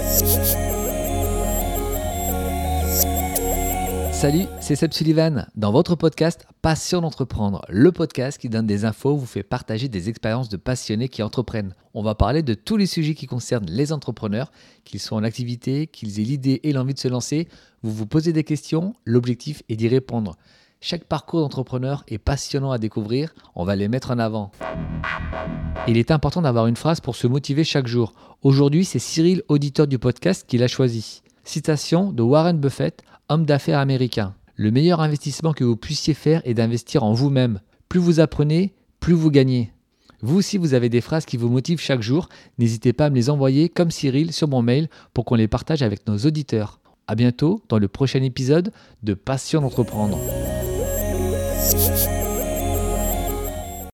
Salut, c'est Seb Sullivan. Dans votre podcast Passion d'entreprendre, le podcast qui donne des infos, vous fait partager des expériences de passionnés qui entreprennent. On va parler de tous les sujets qui concernent les entrepreneurs, qu'ils soient en activité, qu'ils aient l'idée et l'envie de se lancer. Vous vous posez des questions, l'objectif est d'y répondre. Chaque parcours d'entrepreneur est passionnant à découvrir, on va les mettre en avant. Il est important d'avoir une phrase pour se motiver chaque jour. Aujourd'hui, c'est Cyril, auditeur du podcast, qui l'a choisi. Citation de Warren Buffett, homme d'affaires américain. Le meilleur investissement que vous puissiez faire est d'investir en vous-même. Plus vous apprenez, plus vous gagnez. Vous aussi, vous avez des phrases qui vous motivent chaque jour. N'hésitez pas à me les envoyer comme Cyril sur mon mail pour qu'on les partage avec nos auditeurs. À bientôt dans le prochain épisode de Passion d'entreprendre.